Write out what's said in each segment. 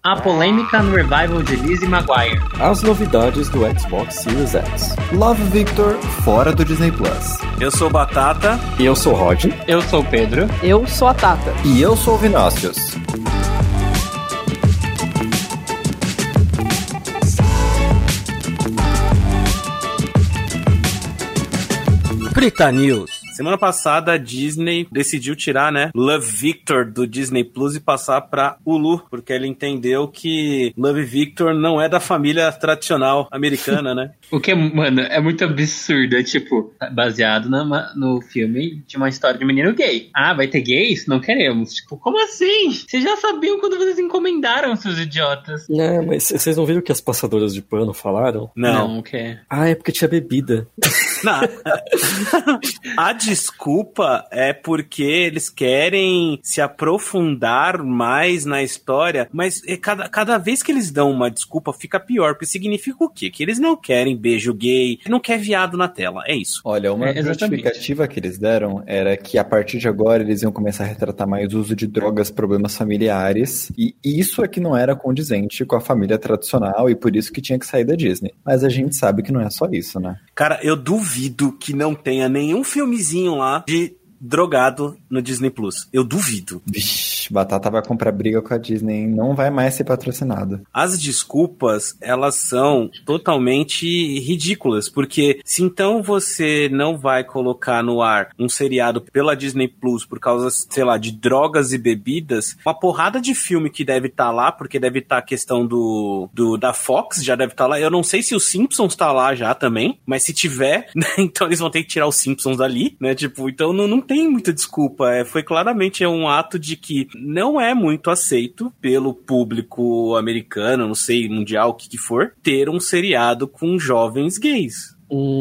A polêmica no revival de Lizzie McGuire. As novidades do Xbox Series X. Love Victor fora do Disney Plus. Eu sou Batata. E eu sou Rod. Eu sou o Pedro. Eu sou a Tata. E eu sou o Vinícius. Frita News. Semana passada a Disney decidiu tirar, Love Victor do Disney Plus e passar pra Hulu, porque ele entendeu que Love Victor não é da família tradicional americana, né? O que, mano, é muito absurdo. É tipo, baseado no filme de uma história de menino gay. Ah, vai ter gays? Não queremos. Tipo, como assim? Vocês já sabiam quando vocês encomendaram, seus idiotas. Não, mas vocês não viram o que as passadoras de pano falaram? Não. O quê? Ah, é porque tinha bebida. Não. A desculpa é porque eles querem se aprofundar mais na história, mas cada vez que eles dão uma desculpa fica pior, porque significa o quê? Que eles não querem beijo gay, não quer viado na tela, é isso. Olha, uma justificativa que eles deram era que a partir de agora eles iam começar a retratar mais o uso de drogas, problemas familiares, e isso é que não era condizente com a família tradicional e por isso que tinha que sair da Disney. Mas a gente sabe que não é só isso, né? Cara, eu duvido que não tenha nenhum filmezinho lá de drogado no Disney Plus. Eu duvido. Vixe, Batata vai comprar briga com a Disney, hein? Não vai mais ser patrocinado. As desculpas, elas são totalmente ridículas, porque se então você não vai colocar no ar um seriado pela Disney Plus por causa, sei lá, de drogas e bebidas, uma porrada de filme que deve estar lá, porque deve estar a questão da Fox, já deve estar lá. Eu não sei se os Simpsons tá lá já também, mas se tiver, então eles vão ter que tirar os Simpsons dali, né? Tipo, então não tem muita desculpa, foi claramente um ato de que não é muito aceito pelo público americano, não sei, mundial, o que for, ter um seriado com jovens gays.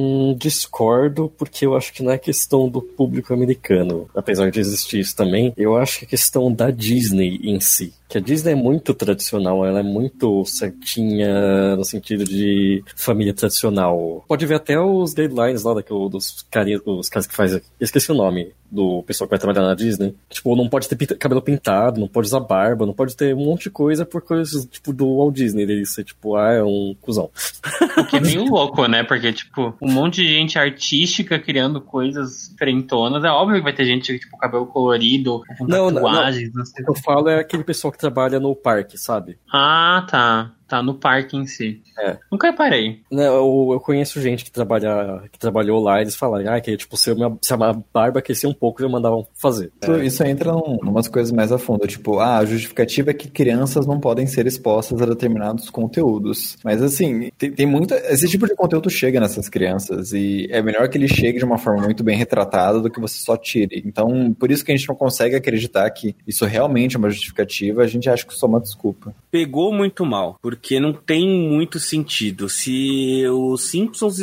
Discordo, porque eu acho que não é questão do público americano, apesar de existir isso também, eu acho que é questão da Disney em si. Que a Disney é muito tradicional, ela é muito certinha no sentido de família tradicional. Pode ver até os guidelines lá dos caras que fazem. Eu esqueci o nome do pessoal que vai trabalhar na Disney. Tipo, não pode ter cabelo pintado, não pode usar barba, não pode ter um monte de coisa por coisas tipo do Walt Disney. Ele ser tipo, é um cuzão. O que é meio louco, né? Porque, tipo, um monte de gente artística criando coisas diferentonas. É óbvio que vai ter gente tipo cabelo colorido, com tatuagens. Não sei. O que eu falo é aquele pessoal que trabalha no parque, sabe? Ah, tá. Tá no parque em si. É. Nunca reparei. Eu conheço gente que trabalhou lá e eles falaram que tipo, se a barba aquecer um pouco, já mandavam fazer. Isso entra em umas coisas mais a fundo. Tipo, a justificativa é que crianças não podem ser expostas a determinados conteúdos. Mas assim, tem muita... Esse tipo de conteúdo chega nessas crianças e é melhor que ele chegue de uma forma muito bem retratada do que você só tire. Então, por isso que a gente não consegue acreditar que isso realmente é uma justificativa, a gente acha que isso é uma desculpa. Pegou muito mal, porque não tem muito sentido. Se os Simpsons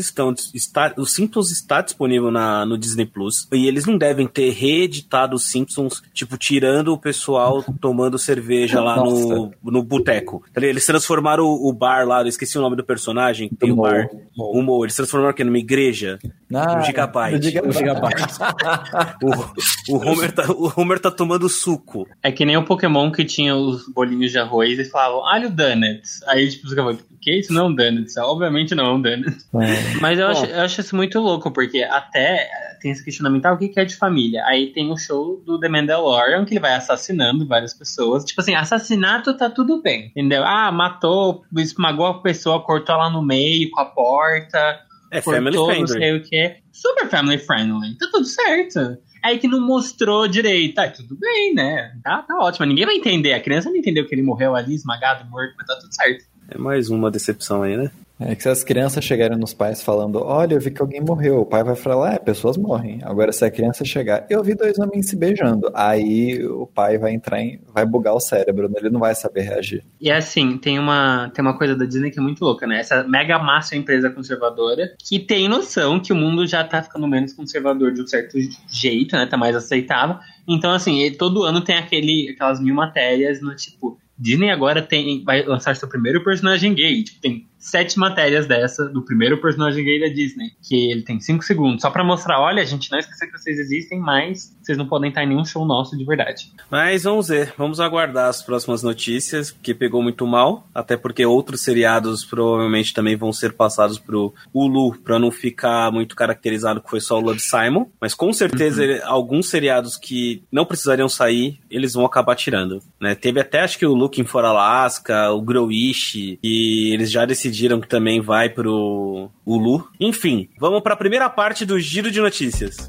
está disponível no Disney Plus, e eles não devem ter reeditado os Simpsons, tipo, tirando o pessoal tomando cerveja lá no boteco. Eles transformaram o bar lá, eu esqueci o nome do personagem, que tem o bar. O Mo. Eles transformaram o quê? Numa igreja? Um gigabyte. O Homer tá tomando suco. É que nem o Pokémon que tinha os bolinhos de arroz e falavam, olha o Donuts. Aí, tipo, você fala, que isso não é um Donuts? Obviamente não é um Donuts. Mas eu acho isso muito louco, porque até tem esse questionamento, o que é de família? Aí tem o show do The Mandalorian, que ele vai assassinando várias pessoas. Tipo assim, assassinato tá tudo bem, entendeu? Matou, esmagou a pessoa, cortou ela no meio com a porta. Family friendly. Não sei o que. Super family friendly. Tá tudo certo. Aí que não mostrou direito. Tudo bem, né? Tá ótimo. Ninguém vai entender. A criança não entendeu que ele morreu ali, esmagado, morto, mas tá tudo certo. É mais uma decepção aí, né? É que se as crianças chegarem nos pais falando, olha, eu vi que alguém morreu, o pai vai falar, pessoas morrem. Agora, se a criança chegar, eu vi 2 homens se beijando, aí o pai vai vai bugar o cérebro, né? Ele não vai saber reagir. E assim, tem uma coisa da Disney que é muito louca, né? Essa mega massa empresa conservadora, que tem noção que o mundo já tá ficando menos conservador de um certo jeito, né? Tá mais aceitável. Então, assim, todo ano tem aquelas 1000 matérias no tipo... Disney agora vai lançar seu primeiro personagem gay. Tipo, tem 7 matérias dessa, do primeiro personagem gay da Disney, que ele tem 5 segundos, só pra mostrar, olha, a gente não esqueceu que vocês existem, mas vocês não podem estar em nenhum show nosso de verdade. Mas vamos ver, vamos aguardar as próximas notícias, porque pegou muito mal, até porque outros seriados provavelmente também vão ser passados pro Hulu, pra não ficar muito caracterizado que foi só o Love, Simon, mas com certeza alguns seriados que não precisariam sair, eles vão acabar tirando, né? Teve até, acho que o Looking for Alaska, o Growish, e eles já decidiram que também vai pro Hulu. Enfim, vamos para a primeira parte do Giro de Notícias.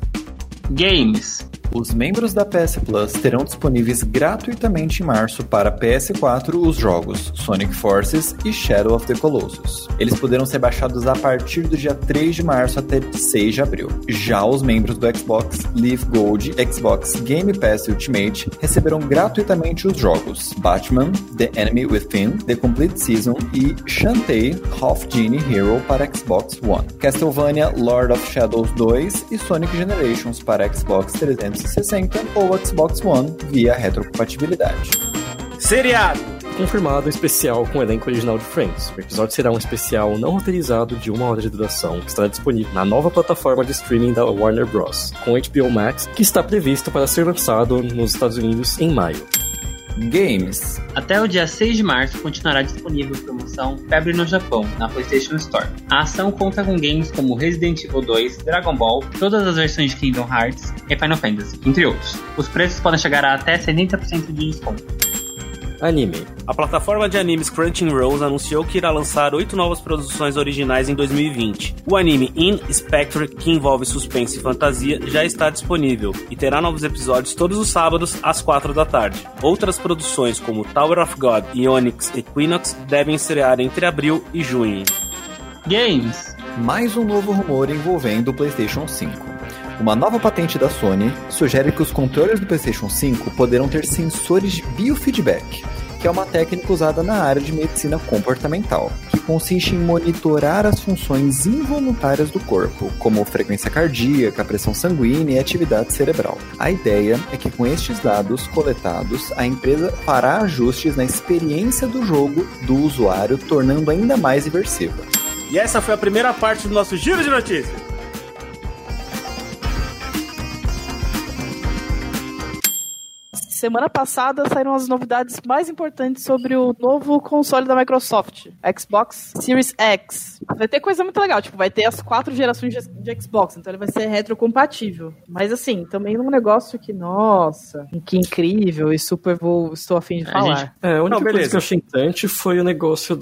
Games. Os membros da PS Plus terão disponíveis gratuitamente em março para PS4 os jogos Sonic Forces e Shadow of the Colossus. Eles poderão ser baixados a partir do dia 3 de março até 6 de abril. Já os membros do Xbox Live Gold Xbox Game Pass Ultimate receberão gratuitamente os jogos Batman, The Enemy Within, The Complete Season e Shantae Half Genie Hero para Xbox One, Castlevania Lord of Shadows 2 e Sonic Generations para Xbox 360 ou Xbox One via retrocompatibilidade. Seriado. Confirmado especial com o elenco original de Friends. O episódio será um especial não roteirizado de 1 hora de duração, que estará disponível na nova plataforma de streaming da Warner Bros., com HBO Max, que está previsto para ser lançado nos Estados Unidos em maio. Games. Até o dia 6 de março continuará disponível a promoção Febre no Japão, na PlayStation Store. A ação conta com games como Resident Evil 2, Dragon Ball, todas as versões de Kingdom Hearts e Final Fantasy, entre outros. Os preços podem chegar a até 70% de desconto. Anime. A plataforma de animes Crunchyroll anunciou que irá lançar 8 novas produções originais em 2020. O anime In Spectre, que envolve suspense e fantasia, já está disponível e terá novos episódios todos os sábados às 4 da tarde. Outras produções como Tower of God e Onyx Equinox devem estrear entre abril e junho. Games. Mais um novo rumor envolvendo o PlayStation 5. Uma nova patente da Sony sugere que os controles do PlayStation 5 poderão ter sensores de biofeedback, que é uma técnica usada na área de medicina comportamental, que consiste em monitorar as funções involuntárias do corpo, como frequência cardíaca, pressão sanguínea e atividade cerebral. A ideia é que com estes dados coletados, a empresa fará ajustes na experiência do jogo do usuário, tornando ainda mais imersiva. E essa foi a primeira parte do nosso Giro de Notícias. Semana passada saíram as novidades mais importantes sobre o novo console da Microsoft, Xbox Series X. Vai ter coisa muito legal, tipo, vai ter as 4 gerações de Xbox, então ele vai ser retrocompatível. Mas assim, também um negócio que, nossa, que incrível e super estou a fim de falar. A única coisa que eu achei interessante foi o negócio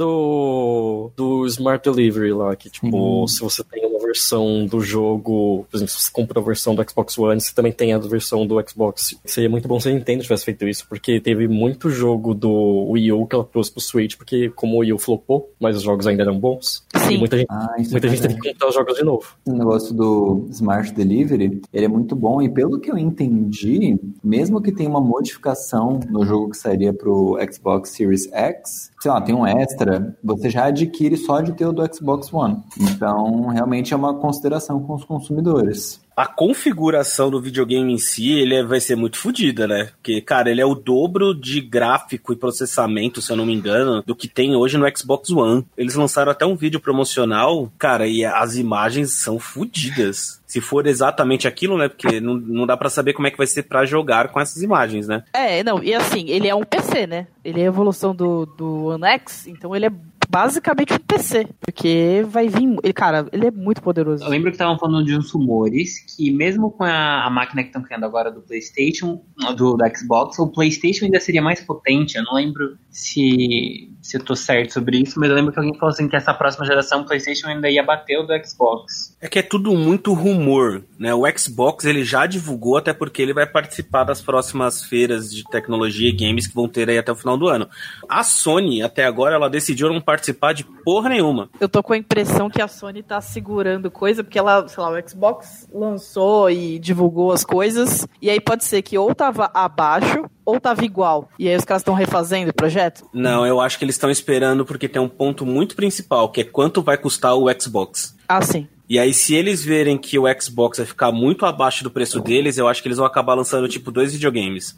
do Smart Delivery lá, que tipo, se você tem uma versão do jogo, por exemplo, se você compra a versão do Xbox One, você também tem a versão do Xbox. Seria muito bom se a Nintendo tivesse feito isso, porque teve muito jogo do Wii U que ela trouxe pro Switch, porque como o Wii U flopou, mas os jogos ainda eram bons, sim. E muita gente teve que comprar os jogos de novo. O negócio do Smart Delivery, ele é muito bom, e pelo que eu entendi, mesmo que tenha uma modificação no jogo que sairia pro Xbox Series X, sei lá, tem um extra, você já adquire só de ter o do Xbox One. Então, realmente é uma consideração com os consumidores. A configuração do videogame em si, ele vai ser muito fodida, né? Porque, cara, ele é o dobro de gráfico e processamento, se eu não me engano, do que tem hoje no Xbox One. Eles lançaram até um vídeo promocional, cara, e as imagens são fodidas. Se for exatamente aquilo, né? Porque não dá pra saber como é que vai ser pra jogar com essas imagens, né? E assim, ele é um PC, né? Ele é a evolução do One X, então ele é basicamente um PC, porque vai vir... ele é muito poderoso. Eu lembro que estavam falando de uns rumores que mesmo com a máquina que estão criando agora do PlayStation, do Xbox, o PlayStation ainda seria mais potente. Eu não lembro se eu tô certo sobre isso, mas eu lembro que alguém falou assim que essa próxima geração o PlayStation ainda ia bater o do Xbox. É que é tudo muito rumor, né? O Xbox, ele já divulgou, até porque ele vai participar das próximas feiras de tecnologia e games que vão ter aí até o final do ano. A Sony, até agora, ela decidiu não participar de porra nenhuma. Eu tô com a impressão que a Sony tá segurando coisa, porque ela, sei lá, o Xbox lançou e divulgou as coisas, e aí pode ser que ou tava abaixo, ou tava igual, e aí os caras estão refazendo o projeto? Não, eu acho que eles estão esperando porque tem um ponto muito principal, que é quanto vai custar o Xbox. Ah, sim. E aí, se eles verem que o Xbox vai ficar muito abaixo do preço deles, eu acho que eles vão acabar lançando, tipo, 2 videogames.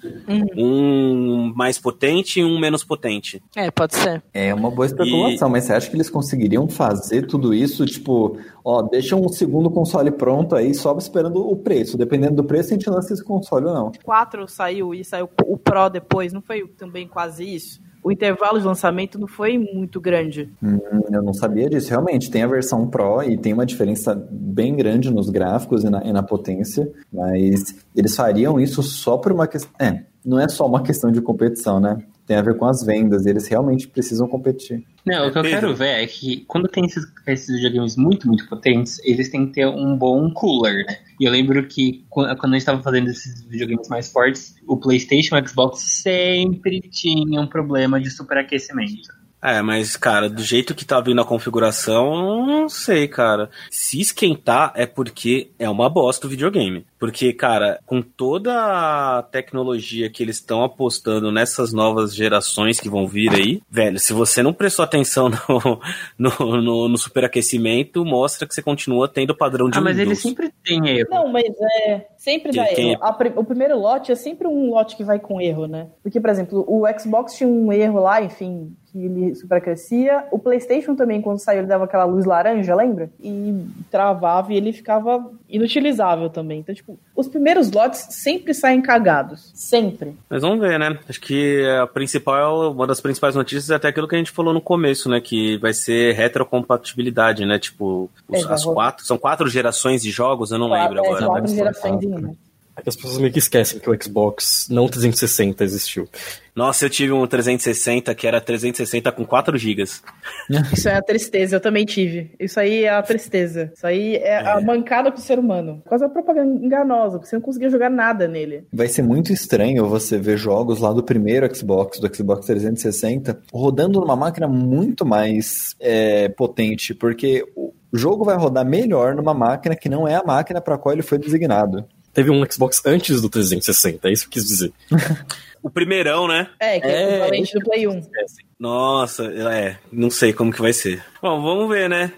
Um mais potente e um menos potente. Pode ser. É uma boa especulação, mas você acha que eles conseguiriam fazer tudo isso, tipo, deixa um segundo console pronto aí, só esperando o preço. Dependendo do preço, a gente lança esse console ou não. 4 saiu e saiu o Pro depois, não foi também quase isso? O intervalo de lançamento não foi muito grande. Eu não sabia disso. Realmente, tem a versão Pro e tem uma diferença bem grande nos gráficos e na potência, mas eles fariam isso só por uma questão... não é só uma questão de competição, né? Tem a ver com as vendas, e eles realmente precisam competir. Não, o que eu quero ver é que quando tem esses videogames muito, muito potentes, eles têm que ter um bom cooler, né? E eu lembro que quando a gente estava fazendo esses videogames mais fortes, o PlayStation e o Xbox sempre tinham um problema de superaquecimento. Mas, cara, do jeito que tá vindo a configuração, não sei, cara. Se esquentar é porque é uma bosta o videogame. Porque, cara, com toda a tecnologia que eles estão apostando nessas novas gerações que vão vir aí, velho, se você não prestou atenção no superaquecimento, mostra que você continua tendo o padrão de Windows. Mas ele sempre tem erro. Não, mas sempre dá erro. O primeiro lote é sempre um lote que vai com erro, né? Porque, por exemplo, o Xbox tinha um erro lá, enfim... que ele supercrescia. O PlayStation também, quando saiu, ele dava aquela luz laranja, lembra? E travava e ele ficava inutilizável também. Então, tipo, os primeiros lotes sempre saem cagados. Sempre. Mas vamos ver, né? Acho que uma das principais notícias é até aquilo que a gente falou no começo, né? Que vai ser retrocompatibilidade, né? Tipo, são 4 gerações de jogos, eu não lembro agora. 4 gerações em uma. As pessoas meio que esquecem que o Xbox não 360 existiu. Nossa, eu tive um 360 que era 360 com 4 GB. Isso é a tristeza, eu também tive. Isso aí é a tristeza. Isso aí é a mancada pro ser humano. Quase uma propaganda enganosa, porque você não conseguia jogar nada nele. Vai ser muito estranho você ver jogos lá do primeiro Xbox, do Xbox 360, rodando numa máquina muito mais potente, porque o jogo vai rodar melhor numa máquina que não é a máquina para a qual ele foi designado. Teve um Xbox antes do 360, é isso que eu quis dizer. O primeirão, né? Que é o equivalente do Play 1. Nossa, não sei como que vai ser. Bom, vamos ver, né?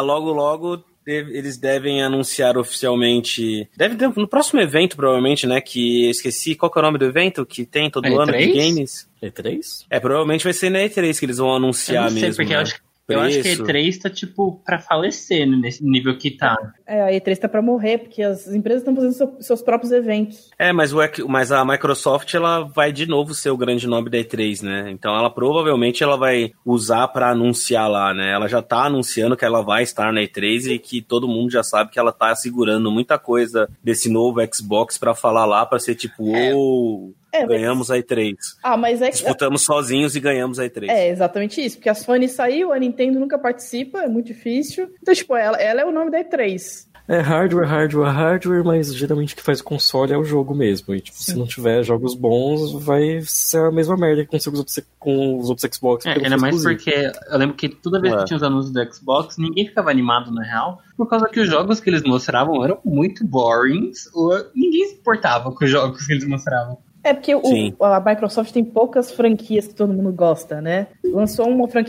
Logo, eles devem anunciar oficialmente... Deve ter no próximo evento, provavelmente, né? Que eu esqueci, qual que é o nome do evento que tem todo ano de games? E3? Provavelmente vai ser na E3 que eles vão anunciar mesmo. Não sei, porque né? Eu acho que a E3 tá, tipo, pra falecer nesse nível que tá. A E3 tá pra morrer, porque as empresas estão fazendo seus próprios eventos. Mas a Microsoft, ela vai de novo ser o grande nome da E3, né? Então, ela provavelmente vai usar pra anunciar lá, né? Ela já tá anunciando que ela vai estar na E3 e que todo mundo já sabe que ela tá segurando muita coisa desse novo Xbox pra falar lá, pra ser tipo, ganhamos a E3. Mas disputamos sozinhos e ganhamos a E3. É exatamente isso, porque a Sony saiu, a Nintendo nunca participa, é muito difícil. Então, tipo, ela é o nome da E3. É hardware, mas geralmente o que faz o console é o jogo mesmo. E, tipo, se não tiver jogos bons, vai ser a mesma merda que aconteceu com os outros Xbox. Ainda mais porque eu lembro que toda vez que tinha os anúncios do Xbox, ninguém ficava animado, na real, por causa que os jogos que eles mostravam eram muito boring, ou ninguém se importava com os jogos que eles mostravam. Porque a Microsoft tem poucas franquias que todo mundo gosta, né? Lançou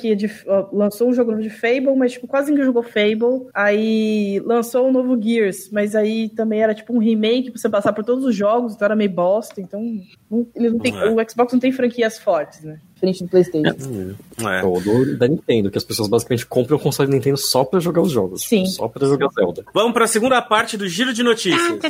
um jogo novo de Fable, mas tipo, quase ninguém jogou Fable. Aí lançou um novo Gears, mas aí também era tipo um remake pra você passar por todos os jogos, então era meio bosta. Então o Xbox não tem franquias fortes, né? Diferente do PlayStation. Todo da Nintendo, que as pessoas basicamente compram o console da Nintendo só pra jogar os jogos. Sim. Só pra jogar Zelda. Vamos pra segunda parte do Giro de Notícias.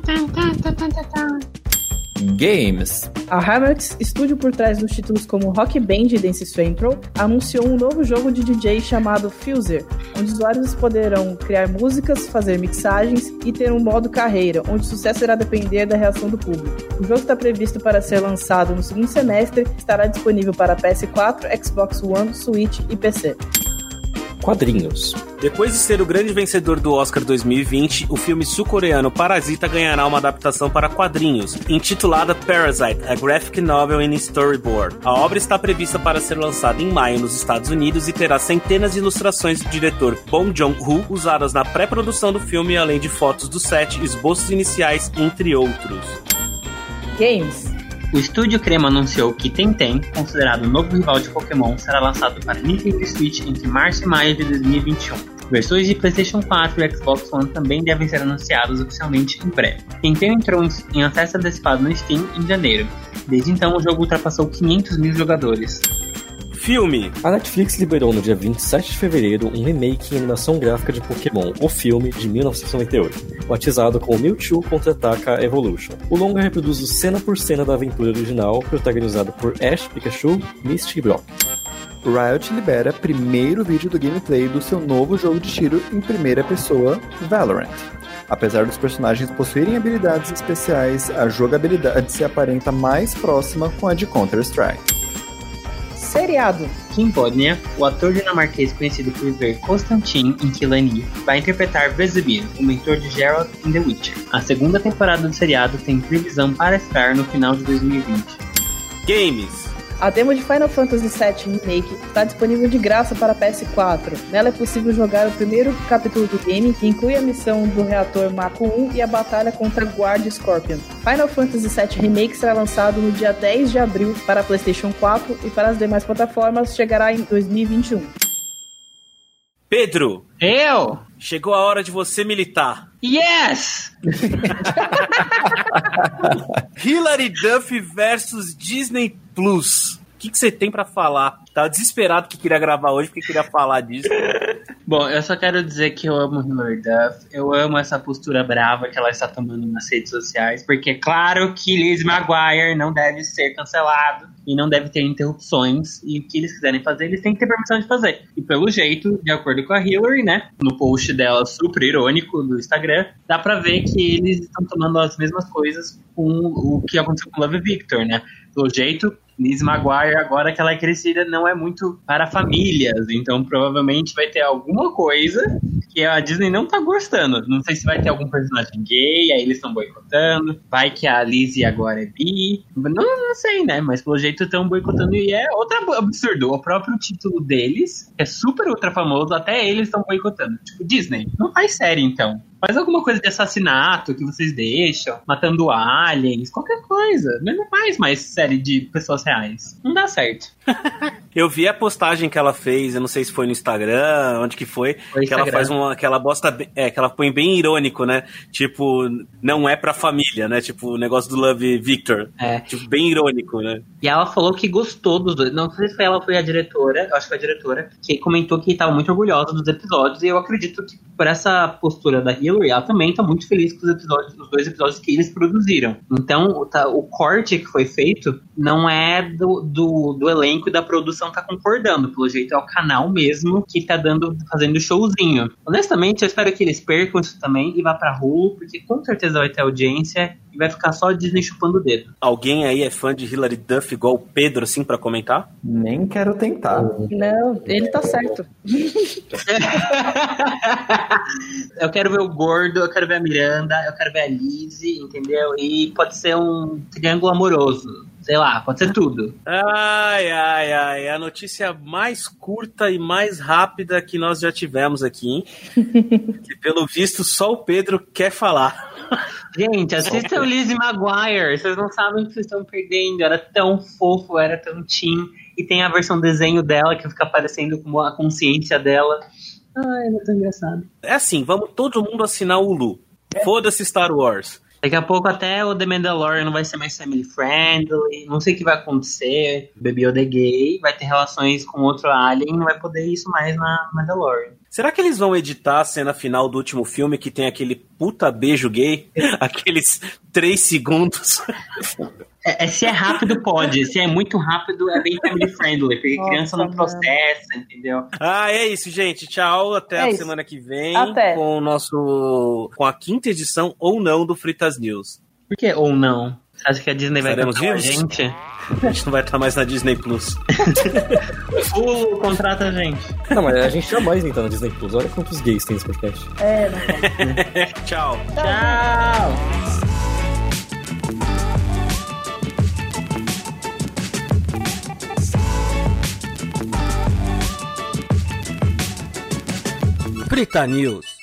Games. A Hammex, estúdio por trás dos títulos como Rock Band e Dance Central, anunciou um novo jogo de DJ chamado Fuser, onde usuários poderão criar músicas, fazer mixagens e ter um modo carreira, onde o sucesso irá depender da reação do público. O jogo está previsto para ser lançado no segundo semestre e estará disponível para PS4, Xbox One, Switch e PC. Quadrinhos. Depois de ser o grande vencedor do Oscar 2020, o filme sul-coreano Parasita ganhará uma adaptação para quadrinhos, intitulada Parasite, a Graphic Novel in Storyboard. A obra está prevista para ser lançada em maio nos Estados Unidos e terá centenas de ilustrações do diretor Bong Joon-ho usadas na pré-produção do filme, além de fotos do set, esboços iniciais, entre outros. Games. O estúdio Crema anunciou que Tenten, considerado o novo rival de Pokémon, será lançado para Nintendo Switch entre março e maio de 2021. Versões de PlayStation 4 e Xbox One também devem ser anunciadas oficialmente em breve. Quinteiro entrou em acesso antecipado no Steam em janeiro. Desde então, o jogo ultrapassou 500 mil jogadores. Filme. A Netflix liberou no dia 27 de fevereiro um remake em animação gráfica de Pokémon, o filme de 1998, batizado como Mewtwo Contra-Ataca Evolution. O longa reproduz cena por cena da aventura original, protagonizado por Ash, Pikachu, Misty e Brock. Riot libera primeiro vídeo do gameplay do seu novo jogo de tiro em primeira pessoa, Valorant. Apesar dos personagens possuírem habilidades especiais, a jogabilidade se aparenta mais próxima com a de Counter-Strike. Seriado. Kim Bodnia, o ator dinamarquês conhecido por viver Constantine em Kill and Eve, vai interpretar Vesemir, o mentor de Geralt em The Witcher. A segunda temporada do seriado tem previsão para estrear no final de 2020. Games. A demo de Final Fantasy VII Remake está disponível de graça para PS4. Nela é possível jogar o primeiro capítulo do game, que inclui a missão do reator Mako 1 e a batalha contra Guard Scorpion. Final Fantasy VII Remake será lançado no dia 10 de abril para PlayStation 4 e para as demais plataformas chegará em 2021. Pedro. Eu? Chegou a hora de você militar. Yes! Hilary Duff versus Disney Plus. O que você tem pra falar? Tava desesperado que queria gravar hoje porque queria falar disso. Bom, eu só quero dizer que eu amo Hilary Duff. Eu amo essa postura brava que ela está tomando nas redes sociais. Porque é claro que Lizzie McGuire não deve ser cancelado e não deve ter interrupções. E o que eles quiserem fazer, eles têm que ter permissão de fazer. E pelo jeito, de acordo com a Hilary, né, no post dela super irônico do Instagram, dá pra ver que eles estão tomando as mesmas coisas com o que aconteceu com Love Victor, né? Pelo jeito, Lizzie McGuire, agora que ela é crescida, não é muito para famílias. Então, provavelmente vai ter alguma coisa que a Disney não tá gostando. Não sei se vai ter algum personagem gay, aí eles estão boicotando. Vai que a Lizzie agora é bi. Não sei, né? Mas pelo jeito estão boicotando e é outro absurdo. O próprio título deles é super ultra famoso, até eles estão boicotando. Tipo, Disney, não faz série então. Faz alguma coisa de assassinato que vocês deixam, matando aliens, qualquer coisa. Mas não faz mais série de pessoas reais. Não dá certo. Eu vi a postagem que ela fez, eu não sei se foi no Instagram, onde que foi, que ela faz que ela bosta, que ela põe bem irônico, né? Tipo, não é pra família, né? Tipo, o negócio do Love Victor. É. Tipo, bem irônico, né? E ela falou que gostou dos dois. Não sei se ela foi a diretora, eu acho que foi a diretora, que comentou que estava muito orgulhosa dos episódios, e eu acredito que por essa postura da Hilary, ela também tá muito feliz com os dois episódios que eles produziram. Então, o corte que foi feito não é do elenco e da produção tá concordando. Pelo jeito, é o canal mesmo que tá fazendo showzinho. Honestamente, eu espero que eles percam isso também e vá pra Hulu, porque com certeza vai ter audiência e vai ficar só a Disney chupando o dedo. Alguém aí é fã de Hilary Duff igual o Pedro, assim, pra comentar? Nem quero tentar. Não, ele tá certo. Eu quero ver o Gordo, eu quero ver a Miranda, eu quero ver a Lizzie, entendeu? E pode ser um triângulo amoroso. Sei lá, pode ser tudo. Ai, a notícia mais curta e mais rápida que nós já tivemos aqui, hein? Que pelo visto só o Pedro quer falar. Gente, assistam Lizzie McGuire, vocês não sabem o que vocês estão perdendo. Era tão fofo, era tão teen. E tem a versão desenho dela que fica aparecendo como a consciência dela. Ai, é tão engraçado. É assim, vamos todo mundo assinar o Hulu. Foda-se Star Wars. Daqui a pouco até o The Mandalorian não vai ser mais family friendly, não sei o que vai acontecer, o Baby Yoda é gay, vai ter relações com outro alien, não vai poder isso mais na Mandalorian. Será que eles vão editar a cena final do último filme que tem aquele puta beijo gay? Aqueles 3 segundos? Se é rápido, pode. Se é muito rápido, é bem family friendly, porque criança não processa, entendeu? Ah, é isso, gente. Tchau, até a semana que vem. Até. Com a 5ª edição ou não do Fritas News. Por que ou não? Você acha que a Disney vai Estaremos cancelar a vivos? gente? A gente não vai estar mais na Disney Plus. Hulu contrata a gente. Não, mas a gente jamais entra na Disney Plus. Olha quantos gays tem nesse podcast. Não. Tchau. Tchau! Frita News.